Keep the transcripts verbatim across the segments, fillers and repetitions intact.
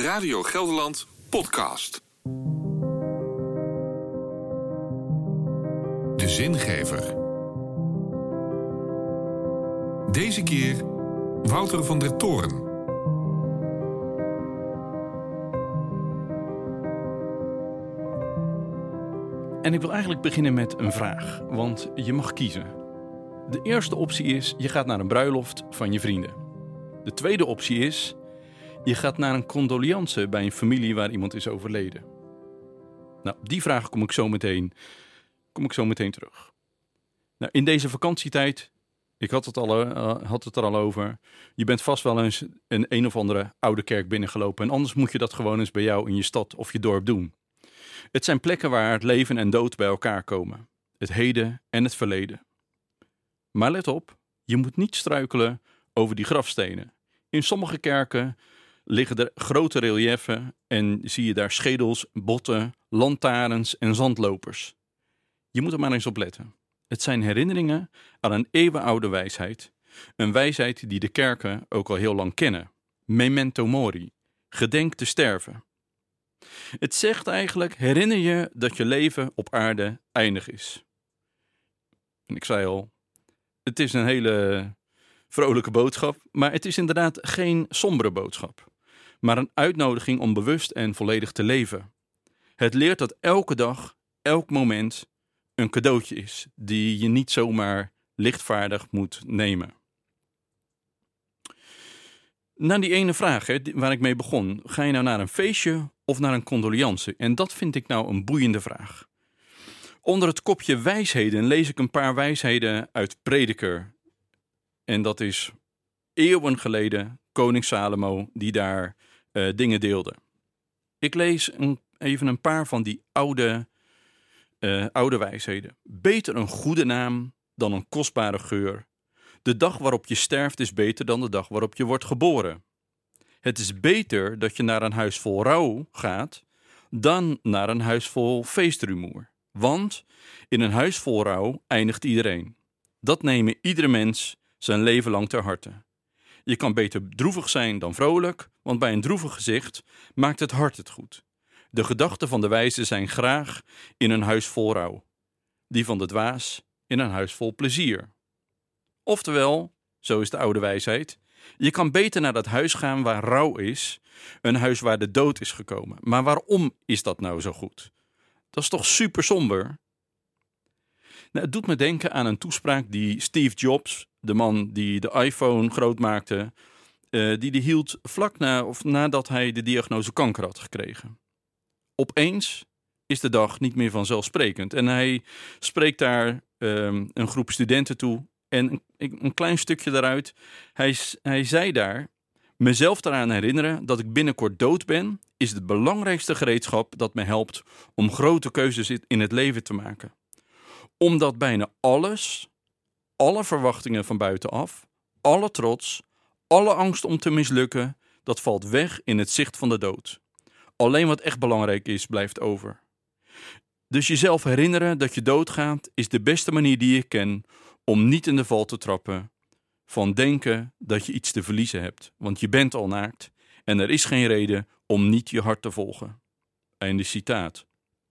Radio Gelderland podcast. De zingever. Deze keer Wouter van der Toren. En ik wil eigenlijk beginnen met een vraag, want je mag kiezen. De eerste optie is, je gaat naar een bruiloft van je vrienden. De tweede optie is, je gaat naar een condoliance bij een familie waar iemand is overleden. Nou, die vraag kom ik zo meteen, kom ik zo meteen terug. Nou, in deze vakantietijd, ik had het, al, uh, had het er al over, je bent vast wel eens een een of andere oude kerk binnengelopen. En anders moet je dat gewoon eens bij jou in je stad of je dorp doen. Het zijn plekken waar het leven en dood bij elkaar komen. Het heden en het verleden. Maar let op, je moet niet struikelen over die grafstenen. In sommige kerken liggen er grote relieven en zie je daar schedels, botten, lantaarns en zandlopers. Je moet er maar eens op letten. Het zijn herinneringen aan een eeuwenoude wijsheid. Een wijsheid die de kerken ook al heel lang kennen. Memento mori, gedenk te sterven. Het zegt eigenlijk, herinner je dat je leven op aarde eindig is. En ik zei al, het is een hele vrolijke boodschap, maar het is inderdaad geen sombere boodschap. Maar een uitnodiging om bewust en volledig te leven. Het leert dat elke dag, elk moment een cadeautje is, die je niet zomaar lichtvaardig moet nemen. Na die ene vraag, hè, waar ik mee begon, ga je nou naar een feestje of naar een condoliance? En dat vind ik nou een boeiende vraag. Onder het kopje wijsheden lees ik een paar wijsheden uit Prediker. En dat is eeuwen geleden koning Salomo die daar uh, dingen deelde. Ik lees een, even een paar van die oude, uh, oude wijsheden. Beter een goede naam dan een kostbare geur. De dag waarop je sterft is beter dan de dag waarop je wordt geboren. Het is beter dat je naar een huis vol rouw gaat dan naar een huis vol feestrumoer. Want in een huis vol rouw eindigt iedereen. Dat nemen iedere mens zijn leven lang ter harte. Je kan beter droevig zijn dan vrolijk, want bij een droevig gezicht maakt het hart het goed. De gedachten van de wijze zijn graag in een huis vol rouw. Die van de dwaas in een huis vol plezier. Oftewel, zo is de oude wijsheid, je kan beter naar dat huis gaan waar rouw is, een huis waar de dood is gekomen. Maar waarom is dat nou zo goed? Dat is toch super somber? Nou, het doet me denken aan een toespraak die Steve Jobs, de man die de iPhone groot maakte, uh, die die hield vlak na of nadat hij de diagnose kanker had gekregen. Opeens is de dag niet meer vanzelfsprekend en hij spreekt daar um, een groep studenten toe. En een, een klein stukje daaruit, hij, hij zei daar, mezelf eraan herinneren dat ik binnenkort dood ben, is het belangrijkste gereedschap dat me helpt om grote keuzes in het leven te maken. Omdat bijna alles, alle verwachtingen van buitenaf, alle trots, alle angst om te mislukken, dat valt weg in het zicht van de dood. Alleen wat echt belangrijk is, blijft over. Dus jezelf herinneren dat je doodgaat, is de beste manier die ik ken om niet in de val te trappen van denken dat je iets te verliezen hebt. Want je bent al naakt en er is geen reden om niet je hart te volgen. Einde citaat.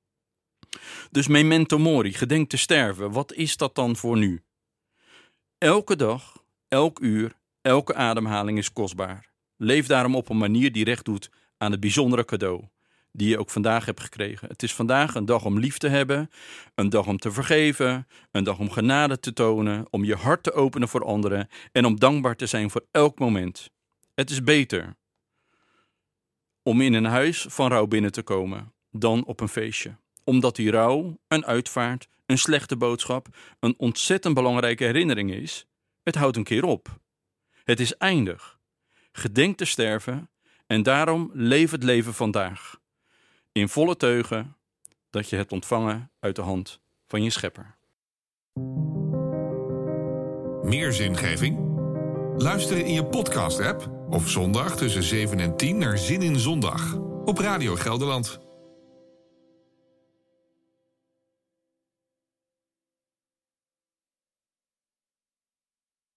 Dus memento mori, gedenk te sterven. Wat is dat dan voor nu? Elke dag, elk uur, elke ademhaling is kostbaar. Leef daarom op een manier die recht doet aan het bijzondere cadeau die je ook vandaag hebt gekregen. Het is vandaag een dag om lief te hebben, een dag om te vergeven, een dag om genade te tonen, om je hart te openen voor anderen en om dankbaar te zijn voor elk moment. Het is beter om in een huis van rouw binnen te komen dan op een feestje. Omdat die rouw, een uitvaart, een slechte boodschap, een ontzettend belangrijke herinnering is. Het houdt een keer op. Het is eindig. Gedenk te sterven en daarom leef het leven vandaag. In volle teugen dat je hebt ontvangen uit de hand van je schepper. Meer zingeving? Luister in je podcast-app of zondag tussen zeven en tien naar Zin in Zondag op Radio Gelderland.